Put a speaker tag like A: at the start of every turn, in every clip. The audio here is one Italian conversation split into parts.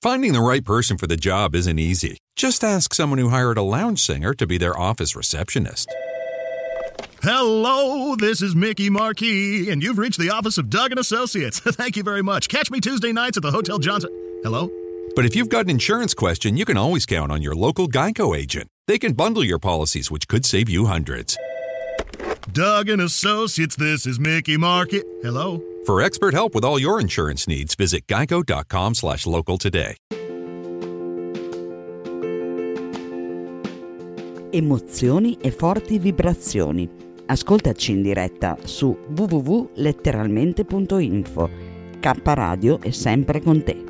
A: Finding the right person for the job isn't easy. Just ask someone who hired a lounge singer to be their office receptionist.
B: Hello, this is Mickey Marquis, and you've reached the office of Doug & Associates. Thank you very much. Catch me Tuesday nights at the Hotel Johnson. Hello?
A: But if you've got an insurance question, you can always count on your local Geico agent. They can bundle your policies, which could save you hundreds.
B: Doug & Associates, this is Mickey Marquis. Hello?
A: For expert help with all your insurance needs, visit geico.com/local today.
C: Emozioni e forti vibrazioni. Ascoltaci in diretta su www.letteralmente.info. K Radio è sempre con te.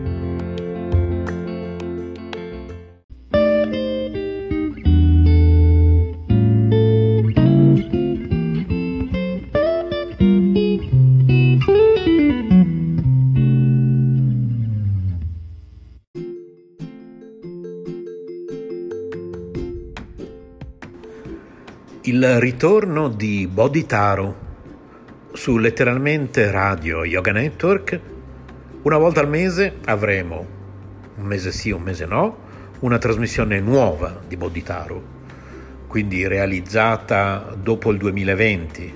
D: Il ritorno di Bodhitaru su Letteralmente Radio Yoga Network. Una volta al mese avremo, un mese sì, un mese no, una trasmissione nuova di Bodhitaru, quindi realizzata dopo il 2020.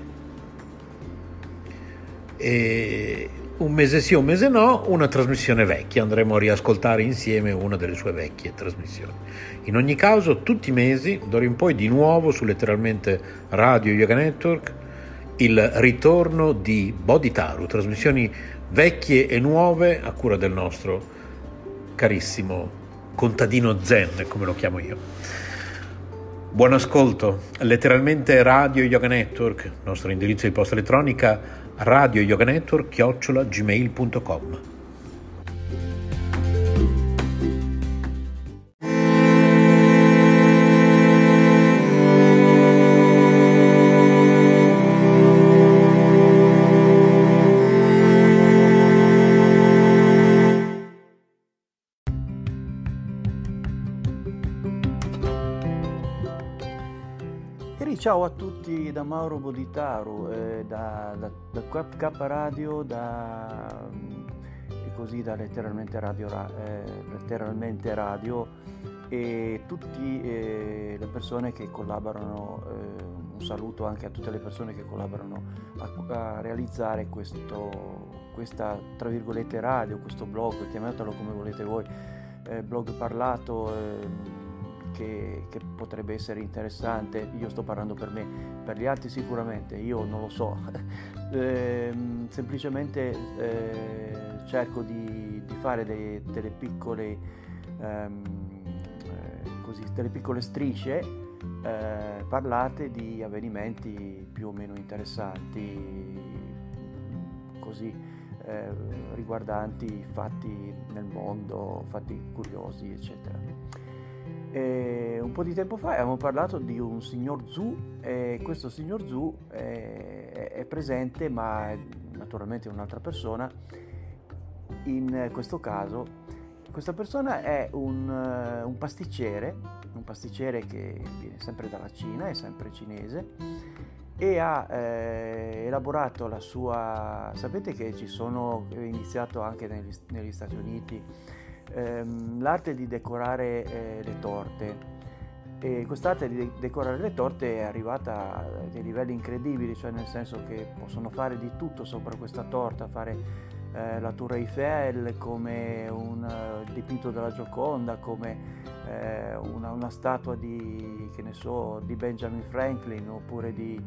D: E un mese sì, un mese no, una trasmissione vecchia. Andremo a riascoltare insieme una delle sue vecchie trasmissioni. In ogni caso, tutti i mesi, d'ora in poi, di nuovo su Letteralmente Radio Yoga Network, il ritorno di Bodhitaru, trasmissioni vecchie e nuove a cura del nostro carissimo contadino Zen, come lo chiamo io. Buon ascolto. Letteralmente Radio Yoga Network, nostro indirizzo di posta elettronica radioyoganetwork@gmail.com.
E: Ciao a tutti da Mauro Bodhitaru, da K Radio, e così da Letteralmente Radio e tutte le persone che collaborano, un saluto anche a tutte le persone che collaborano a realizzare questa tra virgolette radio, questo blog, chiamatelo come volete voi, blog parlato, che potrebbe essere interessante. Io sto parlando per me, per gli altri sicuramente, io non lo so. Semplicemente cerco di fare delle piccole delle piccole strisce parlate di avvenimenti più o meno interessanti, così riguardanti fatti nel mondo, fatti curiosi, eccetera. Un po' di tempo fa abbiamo parlato di un signor Zhu, e questo signor Zhu è presente, ma naturalmente è un'altra persona. In questo caso questa persona è un pasticcere che viene sempre dalla Cina, è sempre cinese, e ha elaborato la sua... Sapete che è iniziato anche negli Stati Uniti l'arte di decorare le torte, e quest'arte di decorare le torte è arrivata a dei livelli incredibili, cioè nel senso che possono fare di tutto sopra questa torta, fare la Tour Eiffel, come un dipinto della Gioconda, come una statua di Benjamin Franklin, oppure di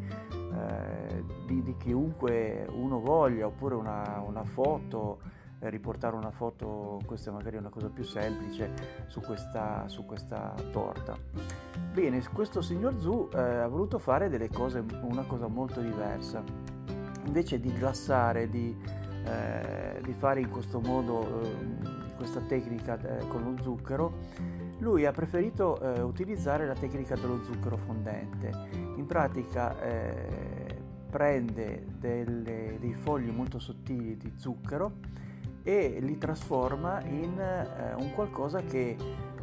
E: chiunque uno voglia, oppure una foto, riportare una foto, questa è magari una cosa più semplice, su questa torta. Bene, questo signor Zhu ha voluto fare una cosa molto diversa. Invece di glassare, di fare in questo modo questa tecnica con lo zucchero, lui ha preferito utilizzare la tecnica dello zucchero fondente. In pratica prende dei fogli molto sottili di zucchero e li trasforma in un qualcosa che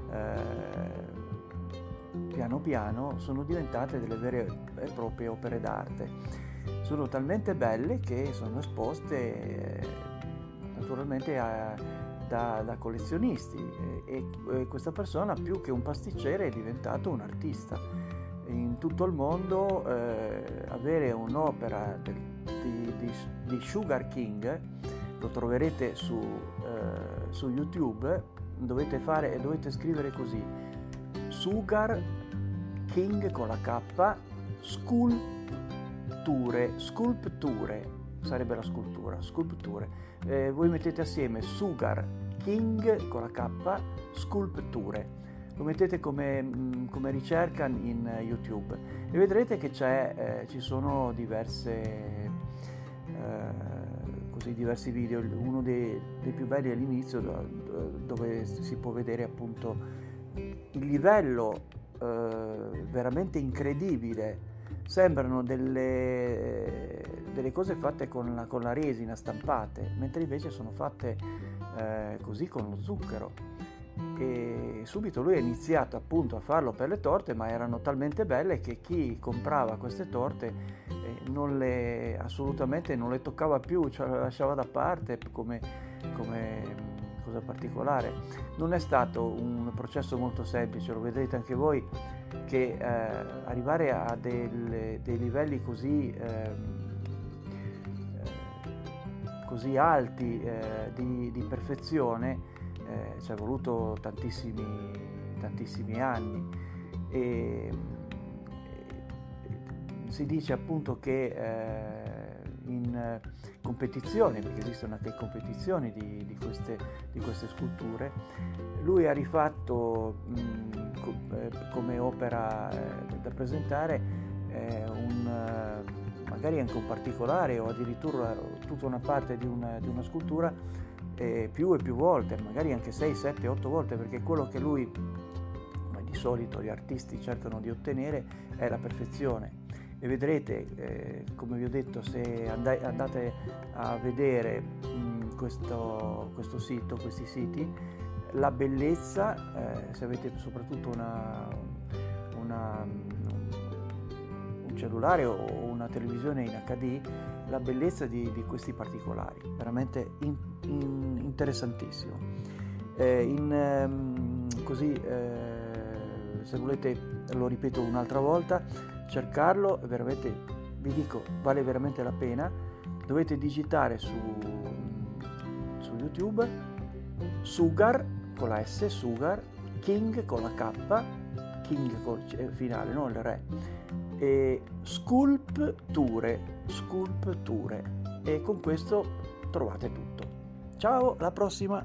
E: piano piano sono diventate delle vere e proprie opere d'arte. Sono talmente belle che sono esposte naturalmente da collezionisti e questa persona, più che un pasticcere, è diventato un artista. In tutto il mondo avere un'opera di Sugar King, lo troverete su YouTube, dovete scrivere così: Sugar King con la K, sculpture, sarebbe la sculture. Voi mettete assieme Sugar King con la K, sculpture, lo mettete come ricerca in YouTube e vedrete che ci sono diversi video. Uno dei più belli è all'inizio, dove si può vedere appunto il livello veramente incredibile. Sembrano delle cose fatte con la resina, stampate, mentre invece sono fatte così con lo zucchero. E subito lui ha iniziato appunto a farlo per le torte, ma erano talmente belle che chi comprava queste torte assolutamente non le toccava più, cioè le lasciava da parte come cosa particolare. Non è stato un processo molto semplice, lo vedrete anche voi, che arrivare a dei livelli così alti di perfezione ci è voluto tantissimi anni. E si dice appunto che in competizioni, perché esistono anche competizioni di queste sculture, lui ha rifatto come opera da presentare magari anche un particolare o addirittura tutta una parte di una scultura più e più volte, magari anche 6, 7, 8 volte, perché quello che lui, come di solito gli artisti cercano di ottenere, è la perfezione. E vedrete, come vi ho detto, se andate a vedere questo sito, questi siti, la bellezza, se avete soprattutto un cellulare o una televisione in HD, la bellezza di questi particolari, veramente interessantissimo. Se volete, lo ripeto un'altra volta, cercarlo, veramente, vi dico, vale veramente la pena. Dovete digitare su YouTube Sugar con la S, Sugar King con la K, King col finale, non il re, e sculpture, e con questo trovate tutto. Ciao, alla prossima!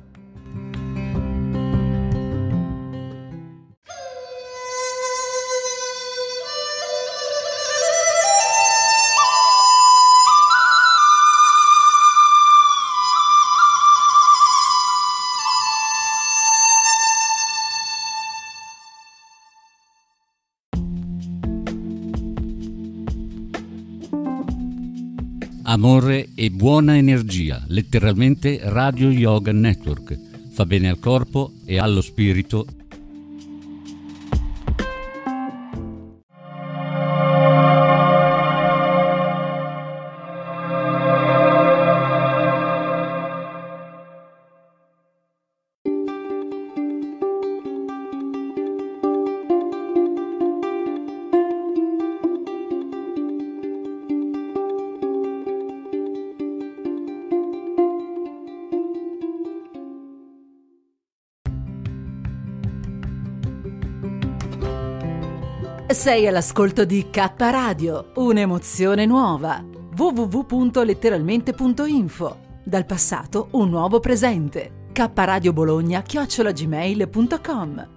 F: Amore e buona energia, letteralmente Radio Yoga Network. Fa bene al corpo e allo spirito.
G: Sei all'ascolto di K Radio, un'emozione nuova. www.letteralmente.info. Dal passato un nuovo presente. kradiobologna@gmail.com.